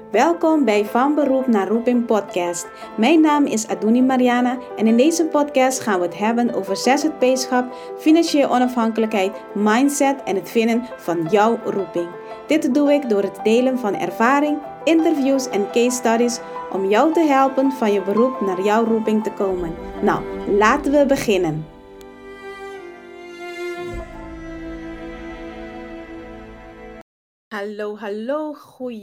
Welkom bij Van Beroep naar Roeping podcast. Mijn naam is Adouni Mariana en in deze podcast gaan we het hebben over ZZP-schap, financiële onafhankelijkheid, mindset en het vinden van jouw roeping. Dit doe ik door het delen van ervaring, interviews en case studies om jou te helpen van je beroep naar jouw roeping te komen. Nou, laten we beginnen. Hallo,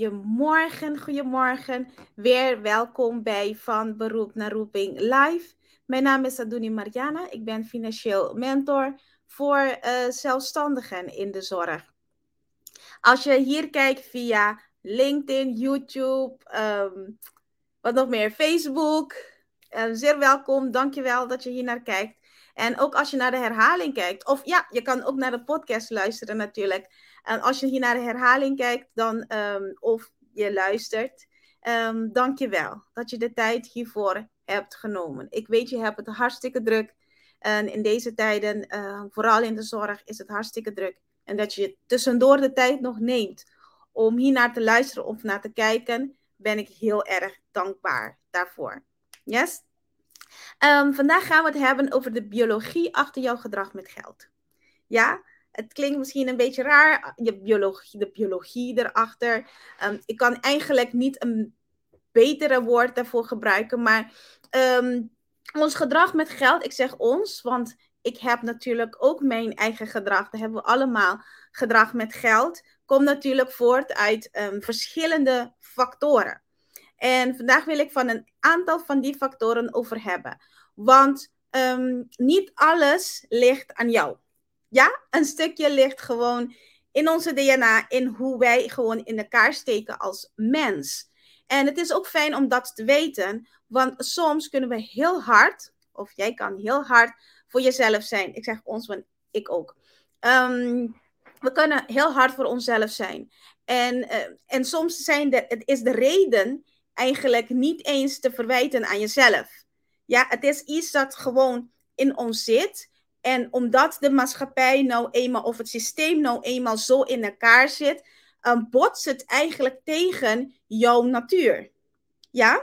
goedemorgen. Weer welkom bij Van Beroep naar Roeping live. Mijn naam is Adouni Mariana, ik ben financieel mentor voor zelfstandigen in de zorg. Als je hier kijkt via LinkedIn, YouTube, wat nog meer, Facebook, zeer welkom, dankjewel dat je hier naar kijkt. En ook als je naar de herhaling kijkt, of ja, je kan ook naar de podcast luisteren natuurlijk. En als je hier naar de herhaling kijkt dan, of je luistert, dankjewel dat je de tijd hiervoor hebt genomen. Ik weet, je hebt het hartstikke druk. En in deze tijden, vooral in de zorg, is het hartstikke druk. En dat je tussendoor de tijd nog neemt om hier naar te luisteren of naar te kijken, ben ik heel erg dankbaar daarvoor. Yes? Vandaag gaan we het hebben over de biologie achter jouw gedrag met geld. Ja, het klinkt misschien een beetje raar, de biologie erachter. Ik kan eigenlijk niet een betere woord daarvoor gebruiken, maar ons gedrag met geld, ik zeg ons, want ik heb natuurlijk ook mijn eigen gedrag. Daar hebben we allemaal gedrag met geld. Komt natuurlijk voort uit verschillende factoren. En vandaag wil ik van een aantal van die factoren over hebben. Want niet alles ligt aan jou. Ja, een stukje ligt gewoon in onze DNA, in hoe wij gewoon in elkaar steken als mens. En het is ook fijn om dat te weten, want soms kunnen we heel hard, of jij kan heel hard voor jezelf zijn. Ik zeg ons, want ik ook. We kunnen heel hard voor onszelf zijn. En soms is de reden eigenlijk niet eens te verwijten aan jezelf. Ja, het is iets dat gewoon in ons zit. En omdat de maatschappij nou eenmaal, of het systeem nou eenmaal zo in elkaar zit, botst het eigenlijk tegen jouw natuur. Ja?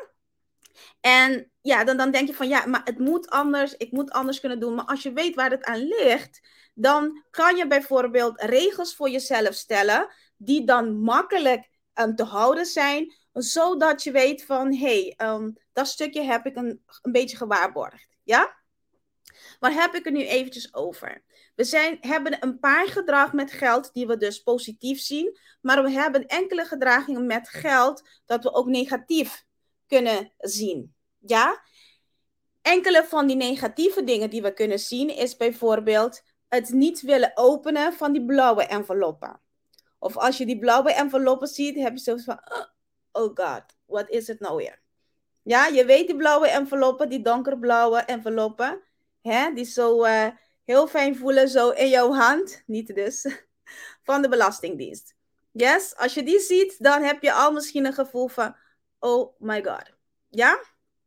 En ja, dan denk je van ja, maar het moet anders, ik moet anders kunnen doen. Maar als je weet waar het aan ligt, dan kan je bijvoorbeeld regels voor jezelf stellen die dan makkelijk te houden zijn, zodat je weet van hé, dat stukje heb ik een beetje gewaarborgd. Ja? Waar heb ik het nu eventjes over? We hebben een paar gedrag met geld die we dus positief zien, maar we hebben enkele gedragingen met geld dat we ook negatief kunnen zien. Ja? Enkele van die negatieve dingen die we kunnen zien is bijvoorbeeld het niet willen openen van die blauwe enveloppen. Of als je die blauwe enveloppen ziet, heb je zo van, oh god, wat is het nou weer? Ja, je weet die blauwe enveloppen, die donkerblauwe enveloppen, hè, die zo heel fijn voelen zo in jouw hand, niet dus, van de Belastingdienst. Yes, als je die ziet, dan heb je al misschien een gevoel van, oh my god. Ja?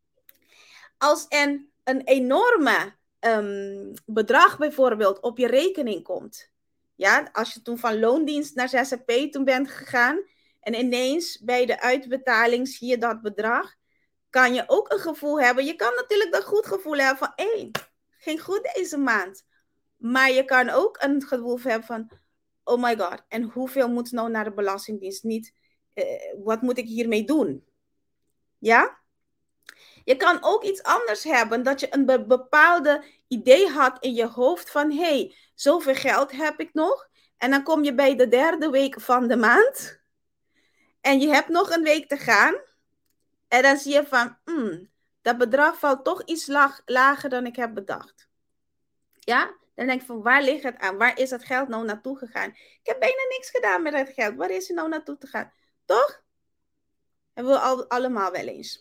Als een enorme bedrag bijvoorbeeld op je rekening komt. Ja, als je toen van loondienst naar ZZP toen bent gegaan en ineens bij de uitbetaling zie je dat bedrag, kan je ook een gevoel hebben. Je kan natuurlijk dat goed gevoel hebben van hé, ging goed deze maand. Maar je kan ook een gevoel hebben van oh my god, en hoeveel moet nou naar de Belastingdienst? Niet, wat moet ik hiermee doen? Ja? Je kan ook iets anders hebben, dat je een bepaalde idee had in je hoofd van hé, zoveel geld heb ik nog. En dan kom je bij de derde week van de maand. En je hebt nog een week te gaan. En dan zie je van, dat bedrag valt toch iets lager dan ik heb bedacht. Ja? Dan denk je van, waar ligt het aan? Waar is dat geld nou naartoe gegaan? Ik heb bijna niks gedaan met het geld. Waar is het nou naartoe te gaan? Toch? Hebben we allemaal wel eens.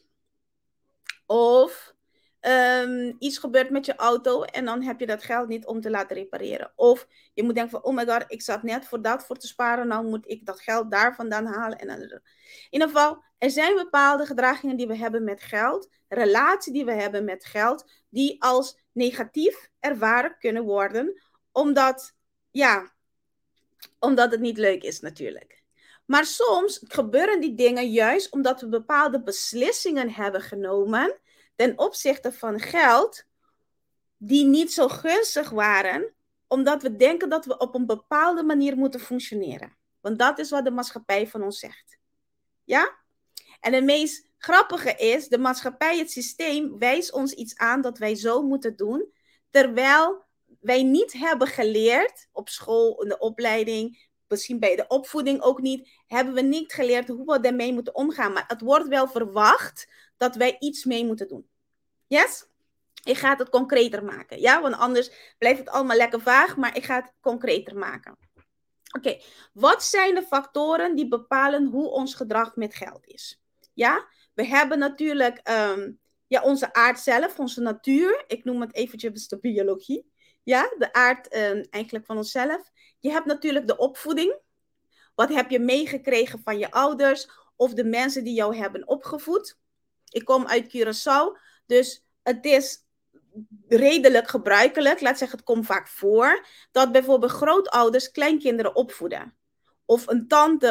Of iets gebeurt met je auto en dan heb je dat geld niet om te laten repareren. Of je moet denken van, oh my god, ik zat net voor dat voor te sparen. Nou moet ik dat geld daar vandaan halen. In ieder geval, er zijn bepaalde gedragingen die we hebben met geld. Relatie die we hebben met geld. Die als negatief ervaren kunnen worden. Omdat het niet leuk is natuurlijk. Maar soms gebeuren die dingen juist omdat we bepaalde beslissingen hebben genomen ten opzichte van geld die niet zo gunstig waren, omdat we denken dat we op een bepaalde manier moeten functioneren. Want dat is wat de maatschappij van ons zegt. Ja? En het meest grappige is, de maatschappij, het systeem, wijst ons iets aan dat wij zo moeten doen, terwijl wij niet hebben geleerd, op school, in de opleiding, misschien bij de opvoeding ook niet, hebben we niet geleerd hoe we daarmee moeten omgaan. Maar het wordt wel verwacht dat wij iets mee moeten doen. Yes? Ik ga het concreter maken, ja? Want anders blijft het allemaal lekker vaag, maar ik ga het concreter maken. Oké, wat zijn de factoren die bepalen hoe ons gedrag met geld is? Ja, we hebben natuurlijk onze aard zelf, onze natuur. Ik noem het eventjes de biologie. Ja, de aard eigenlijk van onszelf. Je hebt natuurlijk de opvoeding. Wat heb je meegekregen van je ouders of de mensen die jou hebben opgevoed? Ik kom uit Curaçao, dus het is redelijk gebruikelijk, laat zeggen, het komt vaak voor, dat bijvoorbeeld grootouders kleinkinderen opvoeden. Of een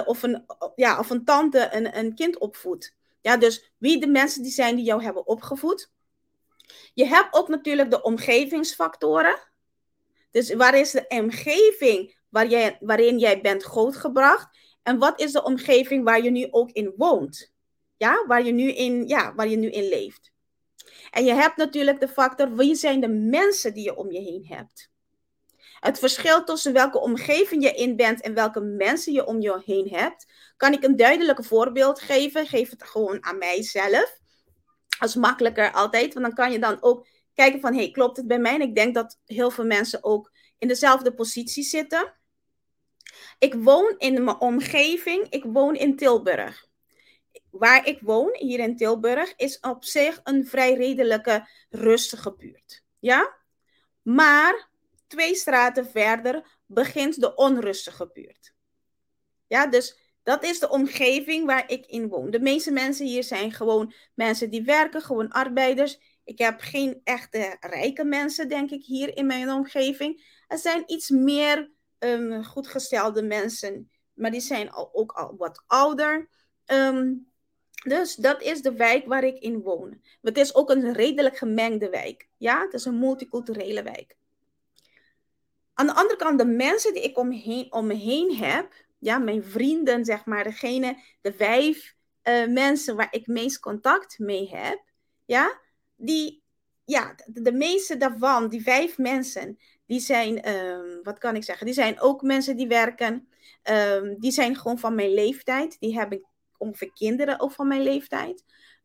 tante een kind opvoedt. Ja, dus wie de mensen die zijn die jou hebben opgevoed. Je hebt ook natuurlijk de omgevingsfactoren. Dus waar is de omgeving waarin jij bent grootgebracht? En wat is de omgeving waar je nu ook in woont? Ja, waar je nu in leeft. En je hebt natuurlijk de factor, wie zijn de mensen die je om je heen hebt? Het verschil tussen welke omgeving je in bent en welke mensen je om je heen hebt, kan ik een duidelijk voorbeeld geven. Geef het gewoon aan mijzelf. Dat is makkelijker altijd, want dan kan je dan ook kijken van, hey, klopt het bij mij? En ik denk dat heel veel mensen ook in dezelfde positie zitten. Ik woon in mijn omgeving, ik woon in Tilburg. Waar ik woon, hier in Tilburg, is op zich een vrij redelijke, rustige buurt. Ja? Maar 2 straten verder begint de onrustige buurt. Ja, dus dat is de omgeving waar ik in woon. De meeste mensen hier zijn gewoon mensen die werken, gewoon arbeiders. Ik heb geen echte rijke mensen, denk ik, hier in mijn omgeving. Er zijn iets meer goedgestelde mensen, maar die zijn ook al wat ouder. Dus dat is de wijk waar ik in woon. Het is ook een redelijk gemengde wijk. Ja, het is een multiculturele wijk. Aan de andere kant, de mensen die ik om me heen heb, ja, mijn vrienden, zeg maar, de 5 mensen waar ik meest contact mee heb, ja, de meeste daarvan, die 5 mensen, die zijn, wat kan ik zeggen, die zijn ook mensen die werken, die zijn gewoon van mijn leeftijd, die hebben ongeveer kinderen ook van mijn leeftijd.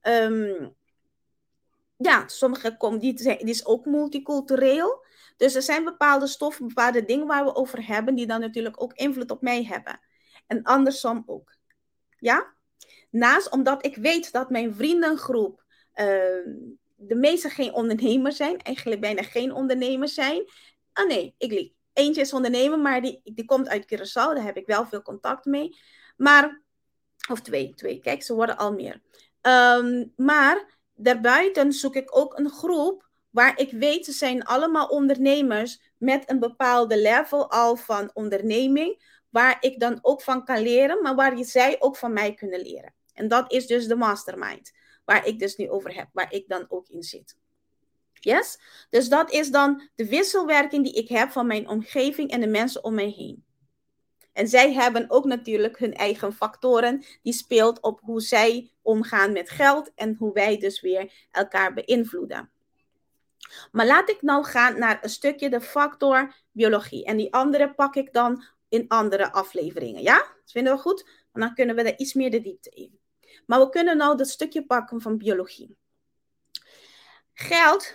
Sommige die is ook multicultureel. Dus er zijn bepaalde stoffen, bepaalde dingen waar we over hebben, die dan natuurlijk ook invloed op mij hebben. En andersom ook. Ja? Naast, omdat ik weet dat mijn vriendengroep, de meeste geen ondernemers zijn, eigenlijk bijna geen ondernemers zijn. Ah nee, ik lieg. Eentje is ondernemer, maar die komt uit Curaçao, daar heb ik wel veel contact mee. Maar, of twee, kijk, ze worden al meer. Maar daarbuiten zoek ik ook een groep waar ik weet, ze zijn allemaal ondernemers met een bepaalde level al van onderneming, waar ik dan ook van kan leren, maar waar zij ook van mij kunnen leren. En dat is dus de mastermind, waar ik dus nu over heb, waar ik dan ook in zit. Yes? Dus dat is dan de wisselwerking die ik heb van mijn omgeving en de mensen om mij heen. En zij hebben ook natuurlijk hun eigen factoren die speelt op hoe zij omgaan met geld en hoe wij dus weer elkaar beïnvloeden. Maar laat ik nou gaan naar een stukje de factor biologie. En die andere pak ik dan in andere afleveringen. Ja? Dat vinden we goed? Want dan kunnen we er iets meer de diepte in. Maar we kunnen nou dat stukje pakken van biologie. Geld,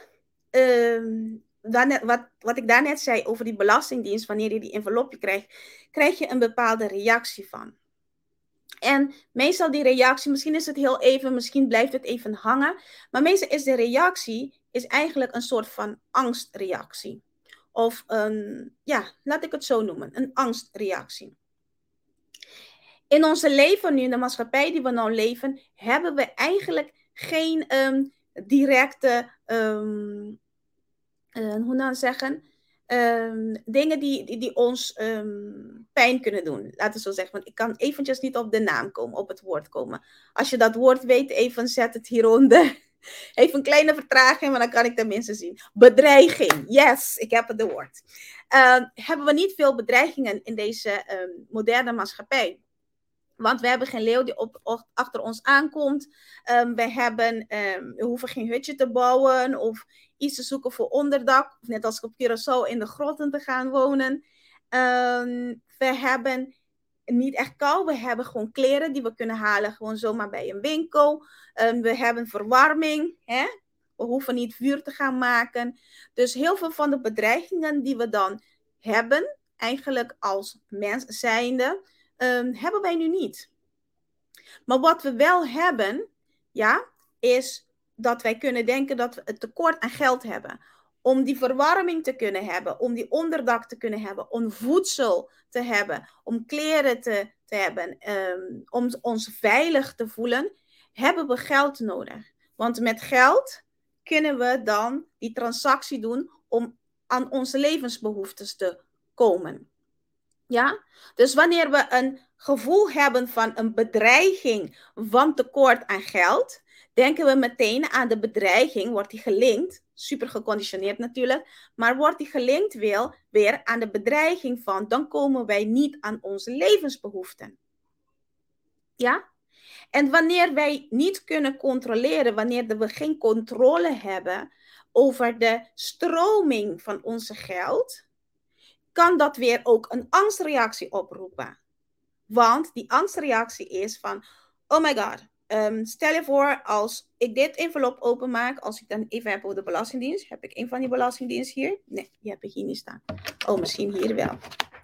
wat ik daarnet zei over die belastingdienst, wanneer je die envelopje krijgt, krijg je een bepaalde reactie van. En meestal die reactie, misschien is het heel even, misschien blijft het even hangen, maar meestal is de reactie eigenlijk een soort van angstreactie. Of laat ik het zo noemen, een angstreactie. In onze leven nu, in de maatschappij die we nou leven, hebben we eigenlijk geen directe, hoe nou zeggen, dingen die ons pijn kunnen doen. Laten we zo zeggen. Want ik kan eventjes niet op de naam komen, op het woord komen. Als je dat woord weet, even zet het hieronder. Even een kleine vertraging, maar dan kan ik tenminste zien. Bedreiging. Yes, ik heb het woord. Hebben we niet veel bedreigingen in deze moderne maatschappij? Want we hebben geen leeuw die achter ons aankomt. We hoeven geen hutje te bouwen of iets te zoeken voor onderdak. Of net als op Curaçao in de grotten te gaan wonen. We hebben niet echt kou. We hebben gewoon kleren die we kunnen halen gewoon zomaar bij een winkel. We hebben verwarming. Hè? We hoeven niet vuur te gaan maken. Dus heel veel van de bedreigingen die we dan hebben, eigenlijk als mens zijnde, hebben wij nu niet. Maar wat we wel hebben, ja, is dat wij kunnen denken dat we het tekort aan geld hebben. Om die verwarming te kunnen hebben, om die onderdak te kunnen hebben, om voedsel te hebben, om kleren te hebben, om ons veilig te voelen, hebben we geld nodig. Want met geld kunnen we dan die transactie doen om aan onze levensbehoeftes te komen. Ja? Dus wanneer we een gevoel hebben van een bedreiging van tekort aan geld, denken we meteen aan de bedreiging, wordt die gelinkt, super geconditioneerd natuurlijk, maar wordt die gelinkt weer aan de bedreiging van, dan komen wij niet aan onze levensbehoeften. Ja? En wanneer wij niet kunnen controleren, wanneer we geen controle hebben over de stroming van onze geld, kan dat weer ook een angstreactie oproepen. Want die angstreactie is van, oh my god, stel je voor als ik dit envelop openmaak, als ik dan even heb over de Belastingdienst, heb ik een van die Belastingdienst hier? Nee, die heb ik hier niet staan. Oh, misschien hier wel.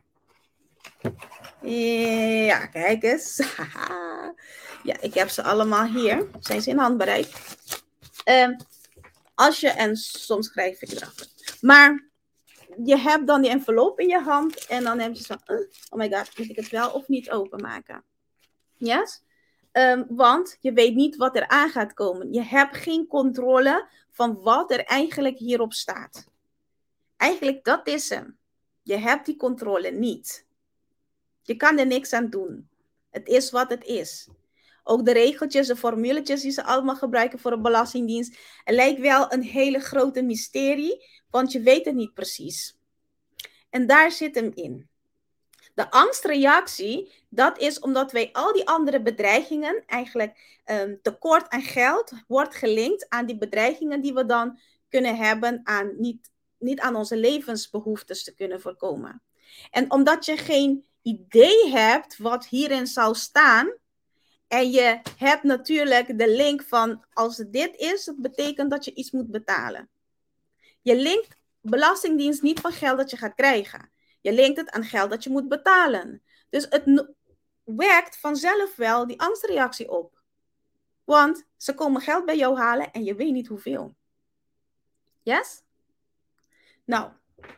Ja, kijk eens. Ja, ik heb ze allemaal hier. Zijn ze in handbereik? En soms schrijf ik erachter. Maar je hebt dan die envelop in je hand en dan heb je zo van, oh my god, moet ik het wel of niet openmaken? Yes? Want je weet niet wat er aan gaat komen. Je hebt geen controle van wat er eigenlijk hierop staat. Eigenlijk, dat is hem. Je hebt die controle niet. Je kan er niks aan doen. Het is wat het is. Ook de regeltjes, de formuletjes die ze allemaal gebruiken voor een belastingdienst. Het lijkt wel een hele grote mysterie, want je weet het niet precies. En daar zit hem in. De angstreactie, dat is omdat wij al die andere bedreigingen, eigenlijk tekort aan geld, wordt gelinkt aan die bedreigingen die we dan kunnen hebben aan niet aan onze levensbehoeftes te kunnen voorkomen. En omdat je geen idee hebt wat hierin zou staan, en je hebt natuurlijk de link van als het dit is, dat betekent dat je iets moet betalen. Je linkt Belastingdienst niet van geld dat je gaat krijgen. Je linkt het aan geld dat je moet betalen. Dus het werkt vanzelf wel die angstreactie op. Want ze komen geld bij jou halen en je weet niet hoeveel. Yes? Nou,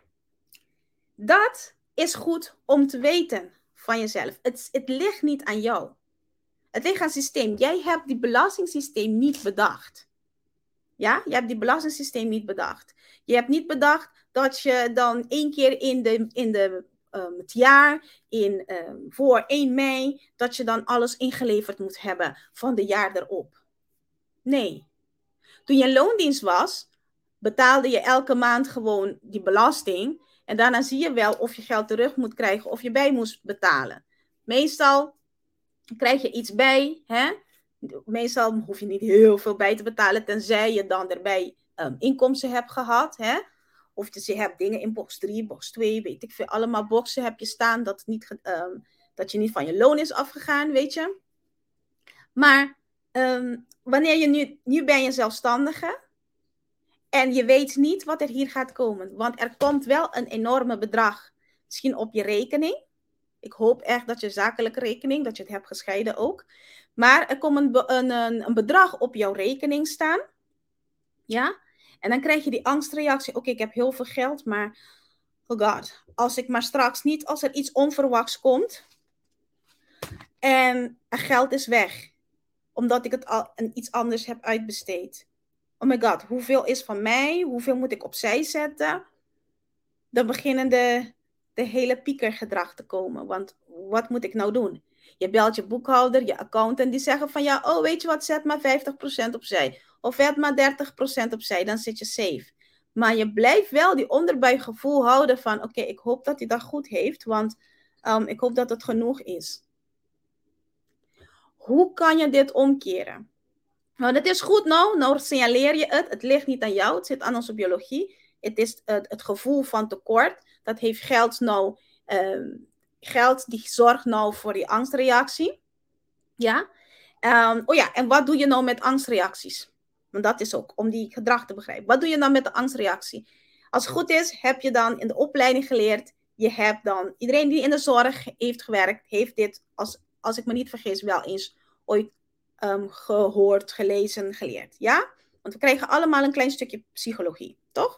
dat is goed om te weten van jezelf. Het ligt niet aan jou. Het ligt aan het systeem. Jij hebt die belastingssysteem niet bedacht. Ja, je hebt die belastingssysteem niet bedacht. Je hebt niet bedacht dat je dan 1 keer in het jaar, voor 1 mei, dat je dan alles ingeleverd moet hebben van de jaar erop. Nee. Toen je loondienst was, betaalde je elke maand gewoon die belasting. En daarna zie je wel of je geld terug moet krijgen of je bij moest betalen. Meestal krijg je iets bij, hè? Meestal hoef je niet heel veel bij te betalen, tenzij je dan erbij inkomsten hebt gehad. Hè? Of dus je hebt dingen in box 3, box 2, weet ik veel. Allemaal boxen heb je staan dat je niet van je loon is afgegaan, weet je. Maar wanneer je nu ben je zelfstandige en je weet niet wat er hier gaat komen. Want er komt wel een enorme bedrag misschien op je rekening. Ik hoop echt dat je zakelijke rekening, dat je het hebt gescheiden ook. Maar er komt een bedrag op jouw rekening staan. Ja? En dan krijg je die angstreactie. Oké, ik heb heel veel geld, maar oh god. Als ik maar straks niet, als er iets onverwachts komt. En het geld is weg. Omdat ik het al iets anders heb uitbesteed. Oh my god, hoeveel is van mij? Hoeveel moet ik opzij zetten? dan beginnen de hele piekergedrag te komen. Want wat moet ik nou doen? Je belt je boekhouder, je accountant, die zeggen van ja, oh weet je wat, zet maar 50% opzij. Of zet maar 30% opzij, dan zit je safe. Maar je blijft wel die onderbuikgevoel houden van oké, ik hoop dat hij dat goed heeft, want ik hoop dat het genoeg is. Hoe kan je dit omkeren? Nou, het is goed nou signaleer je het. Het ligt niet aan jou, het zit aan onze biologie. Het is het gevoel van tekort. Dat heeft geld nou, geld die zorgt nou voor die angstreactie. Ja. Oh ja, en wat doe je nou met angstreacties? Want dat is ook om die gedrag te begrijpen. Wat doe je nou met de angstreactie? Als het goed is, heb je dan in de opleiding geleerd. Je hebt dan, iedereen die in de zorg heeft gewerkt, heeft dit, als ik me niet vergis, wel eens ooit gehoord, gelezen, geleerd. Ja? Want we krijgen allemaal een klein stukje psychologie, toch?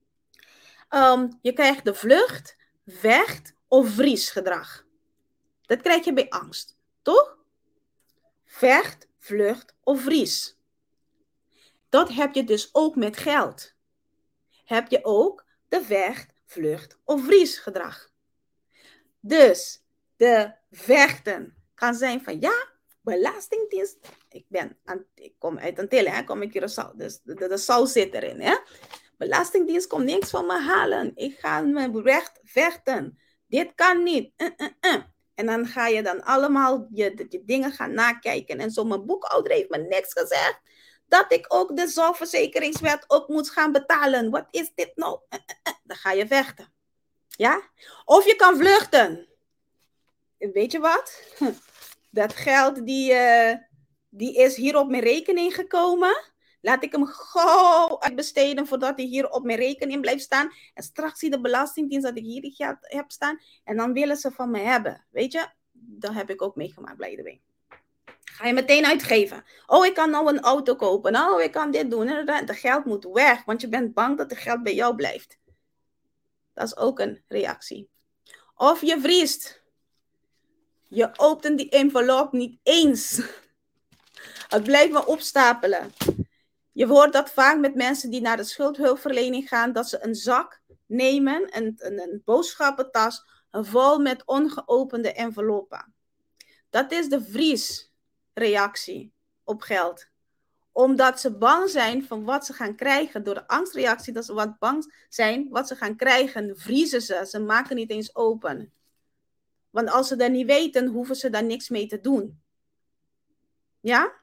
Je krijgt de vlucht, vecht of vriesgedrag. Dat krijg je bij angst, toch? Vecht, vlucht of vries. Dat heb je dus ook met geld. Heb je ook de vecht, vlucht of vriesgedrag. Dus de vechten kan zijn van ja, belastingdienst. Ik kom uit Antillen, ik kom uit Curaçao. Dus de saus zit erin. Hè? Belastingdienst komt niks van me halen. Ik ga mijn recht vechten. Dit kan niet. En dan ga je dan allemaal je dingen gaan nakijken. En zo, mijn boekhouder heeft me niks gezegd. Dat ik ook de zorgverzekeringswet ook moet gaan betalen. Wat is dit nou? Dan ga je vechten. Ja? Of je kan vluchten. Weet je wat? Dat geld die is hier op mijn rekening gekomen. Laat ik hem gauw uitbesteden voordat hij hier op mijn rekening blijft staan. En straks zie de Belastingdienst dat ik hier die geld heb staan. En dan willen ze van me hebben. Weet je? Dat heb ik ook meegemaakt, by the way. Ga je meteen uitgeven. Oh, ik kan nou een auto kopen. Oh, ik kan dit doen. Het geld moet weg, want je bent bang dat het geld bij jou blijft. Dat is ook een reactie. Of je vriest. Je opent die envelop niet eens. Het blijft maar opstapelen. Je hoort dat vaak met mensen die naar de schuldhulpverlening gaan, dat ze een zak nemen, een boodschappentas, vol met ongeopende enveloppen. Dat is de vriesreactie op geld. Omdat ze bang zijn van wat ze gaan krijgen. Door de angstreactie, dat ze wat bang zijn wat ze gaan krijgen, vriezen ze. Ze maken niet eens open. Want als ze dat niet weten, hoeven ze daar niks mee te doen. Ja?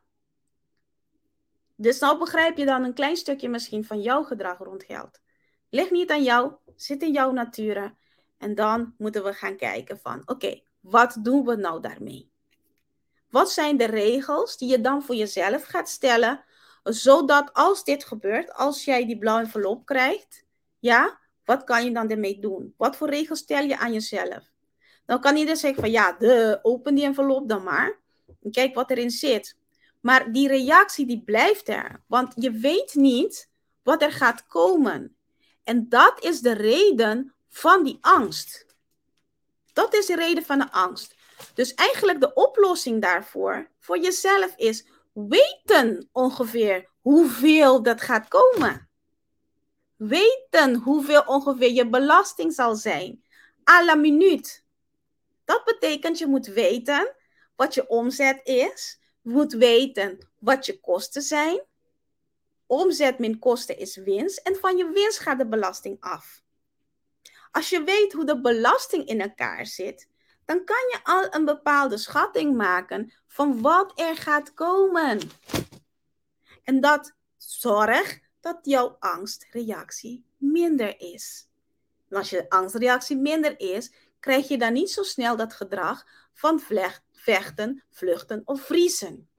Dus nou begrijp je dan een klein stukje misschien van jouw gedrag rond geld. Ligt niet aan jou, zit in jouw natuur. En dan moeten we gaan kijken van, oké, wat doen we nou daarmee? Wat zijn de regels die je dan voor jezelf gaat stellen, zodat als dit gebeurt, als jij die blauwe envelop krijgt, ja, wat kan je dan ermee doen? Wat voor regels stel je aan jezelf? Dan kan iedereen zeggen van, ja, open die envelop dan maar. En kijk wat erin zit. Maar die reactie die blijft er. Want je weet niet wat er gaat komen. En dat is de reden van die angst. Dat is de reden van de angst. Dus eigenlijk de oplossing daarvoor, voor jezelf is weten ongeveer hoeveel dat gaat komen. Weten hoeveel ongeveer je belasting zal zijn. À la minuut. Dat betekent je moet weten wat je omzet is. Je moet weten wat je kosten zijn. Omzet min kosten is winst. En van je winst gaat de belasting af. Als je weet hoe de belasting in elkaar zit, dan kan je al een bepaalde schatting maken van wat er gaat komen. En dat zorgt dat jouw angstreactie minder is. En als je angstreactie minder is, krijg je dan niet zo snel dat gedrag van vechten, vluchten of vriezen.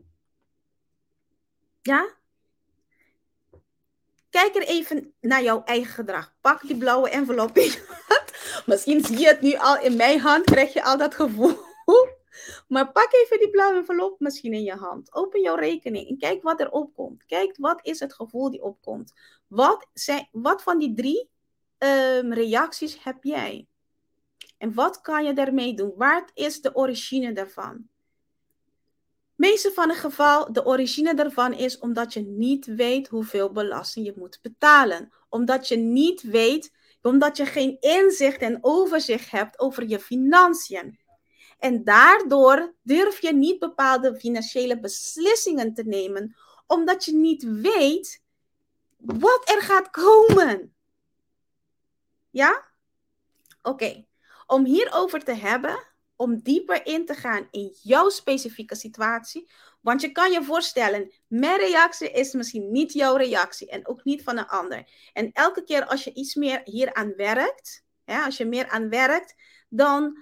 Ja? Kijk er even naar jouw eigen gedrag. Pak die blauwe envelop in je hand. Misschien zie je het nu al in mijn hand, krijg je al dat gevoel. Maar pak even die blauwe envelop misschien in je hand. Open jouw rekening en kijk wat er opkomt. Kijk, wat is het gevoel die opkomt? Wat van die 3 reacties heb jij? En wat kan je daarmee doen? Waar is de origine daarvan? Meeste van het geval, de origine daarvan is omdat je niet weet hoeveel belasting je moet betalen. Omdat je niet weet, Omdat je geen inzicht en overzicht hebt over je financiën. En daardoor durf je niet bepaalde financiële beslissingen te nemen, omdat je niet weet wat er gaat komen. Ja? Oké. Om hierover te hebben, om dieper in te gaan in jouw specifieke situatie. Want je kan je voorstellen, mijn reactie is misschien niet jouw reactie en ook niet van een ander. En elke keer als je iets meer hieraan werkt, als je meer aan werkt, dan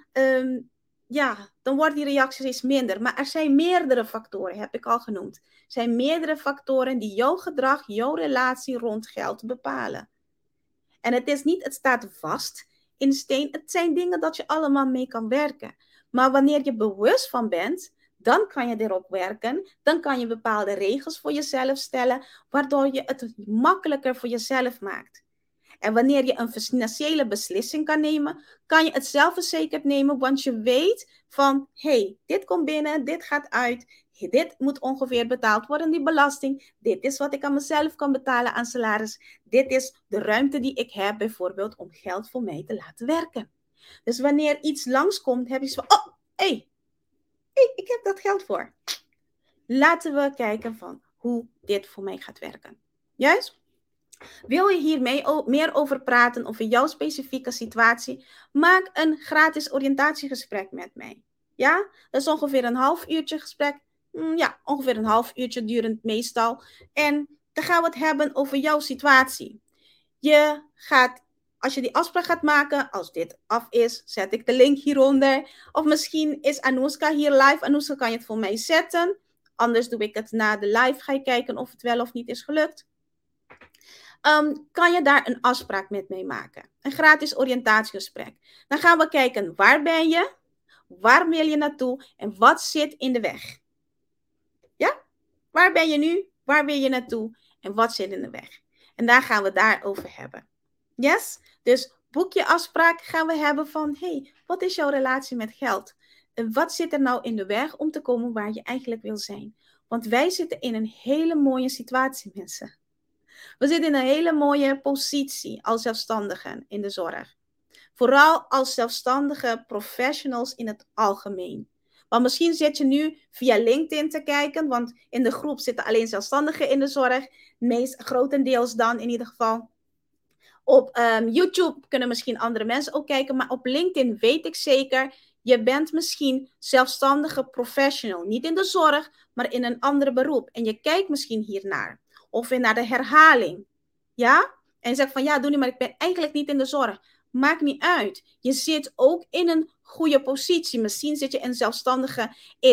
wordt die reactie steeds minder. Maar er zijn meerdere factoren, heb ik al genoemd. Er zijn meerdere factoren die jouw gedrag, jouw relatie rond geld bepalen. En het staat vast in steen. Het zijn dingen dat je allemaal mee kan werken. Maar wanneer je bewust van bent, dan kan je erop werken. Dan kan je bepaalde regels voor jezelf stellen, waardoor je het makkelijker voor jezelf maakt. En wanneer je een financiële beslissing kan nemen, kan je het zelfverzekerd nemen, want je weet van, dit komt binnen, dit gaat uit, dit moet ongeveer betaald worden, die belasting, dit is wat ik aan mezelf kan betalen aan salaris, dit is de ruimte die ik heb bijvoorbeeld om geld voor mij te laten werken. Dus wanneer iets langskomt, heb je zo van, ik heb dat geld voor. Laten we kijken van hoe dit voor mij gaat werken. Juist? Wil je hier meer over praten over jouw specifieke situatie? Maak een gratis oriëntatiegesprek met mij. Ja, dat is ongeveer een half uurtje gesprek. Ja, ongeveer een half uurtje durend meestal. En dan gaan we het hebben over jouw situatie. Als je die afspraak gaat maken, als dit af is, zet ik de link hieronder. Of misschien is Anouska hier live. Anouska, kan je het voor mij zetten? Anders doe ik het na de live. Ga je kijken of het wel of niet is gelukt. Kan je daar een afspraak met mij maken. Een gratis oriëntatiegesprek. Dan gaan we kijken, waar ben je? Waar wil je naartoe? En wat zit in de weg? Ja? Waar ben je nu? Waar wil je naartoe? En wat zit in de weg? En daar gaan we daarover hebben. Yes? Dus boek je afspraak, gaan we hebben van, wat is jouw relatie met geld? En wat zit er nou in de weg om te komen waar je eigenlijk wil zijn? Want wij zitten in een hele mooie situatie, mensen. We zitten in een hele mooie positie als zelfstandigen in de zorg. Vooral als zelfstandige professionals in het algemeen. Want misschien zit je nu via LinkedIn te kijken, want in de groep zitten alleen zelfstandigen in de zorg. Grotendeels dan in ieder geval. Op YouTube kunnen misschien andere mensen ook kijken, maar op LinkedIn weet ik zeker, je bent misschien zelfstandige professional. Niet in de zorg, maar in een ander beroep. En je kijkt misschien hiernaar. Of naar de herhaling. Ja? En je zegt van, ja, doe niet, maar ik ben eigenlijk niet in de zorg. Maakt niet uit. Je zit ook in een goede positie. Misschien zit je een zelfstandige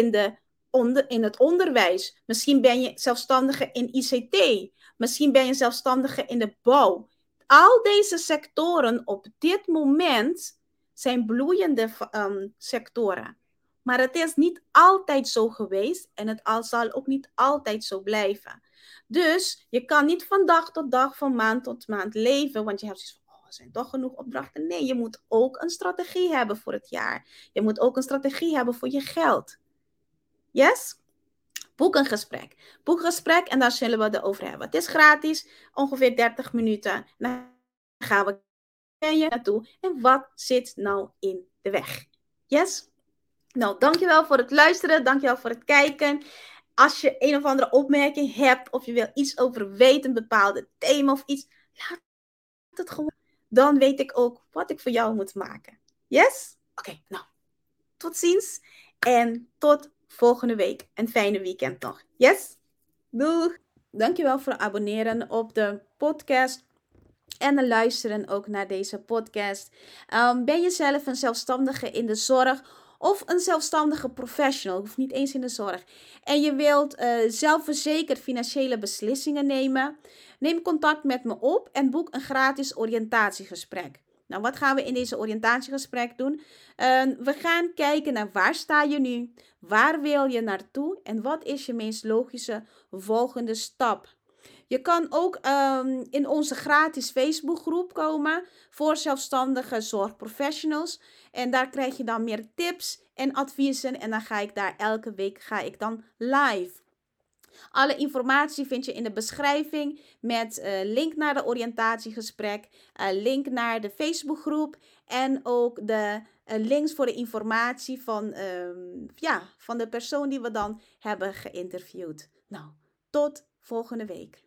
in het onderwijs. Misschien ben je zelfstandige in ICT. Misschien ben je zelfstandige in de bouw. Al deze sectoren op dit moment zijn bloeiende sectoren. Maar het is niet altijd zo geweest en het zal ook niet altijd zo blijven. Dus je kan niet van dag tot dag, van maand tot maand leven, want je hebt zoiets van, er zijn toch genoeg opdrachten. Nee, je moet ook een strategie hebben voor het jaar. Je moet ook een strategie hebben voor je geld. Yes? Boek een gesprek. Boek een gesprek en daar zullen we het over hebben. Het is gratis, ongeveer 30 minuten. Dan gaan we naartoe. En wat zit nou in de weg? Yes? Nou, dankjewel voor het luisteren. Dankjewel voor het kijken. Als je een of andere opmerking hebt of je wil iets over weten, een bepaalde thema of iets, laat het gewoon. Dan weet ik ook wat ik voor jou moet maken. Yes? Oké, nou. Tot ziens en tot volgende week. Een fijne weekend nog. Yes? Doeg! Dankjewel voor het abonneren op de podcast. En het luisteren ook naar deze podcast. Ben je zelf een zelfstandige in de zorg of een zelfstandige professional, hoeft niet eens in de zorg, en je wilt zelfverzekerd financiële beslissingen nemen? Neem contact met me op en boek een gratis oriëntatiegesprek. Nou, wat gaan we in deze oriëntatiegesprek doen? We gaan kijken naar waar sta je nu, waar wil je naartoe en wat is je meest logische volgende stap. Je kan ook in onze gratis Facebookgroep komen voor zelfstandige zorgprofessionals. En daar krijg je dan meer tips en adviezen. En dan ga ik daar elke week live. Alle informatie vind je in de beschrijving met link naar de oriëntatiegesprek, link naar de Facebookgroep en ook de links voor de informatie van de persoon die we dan hebben geïnterviewd. Nou, tot volgende week.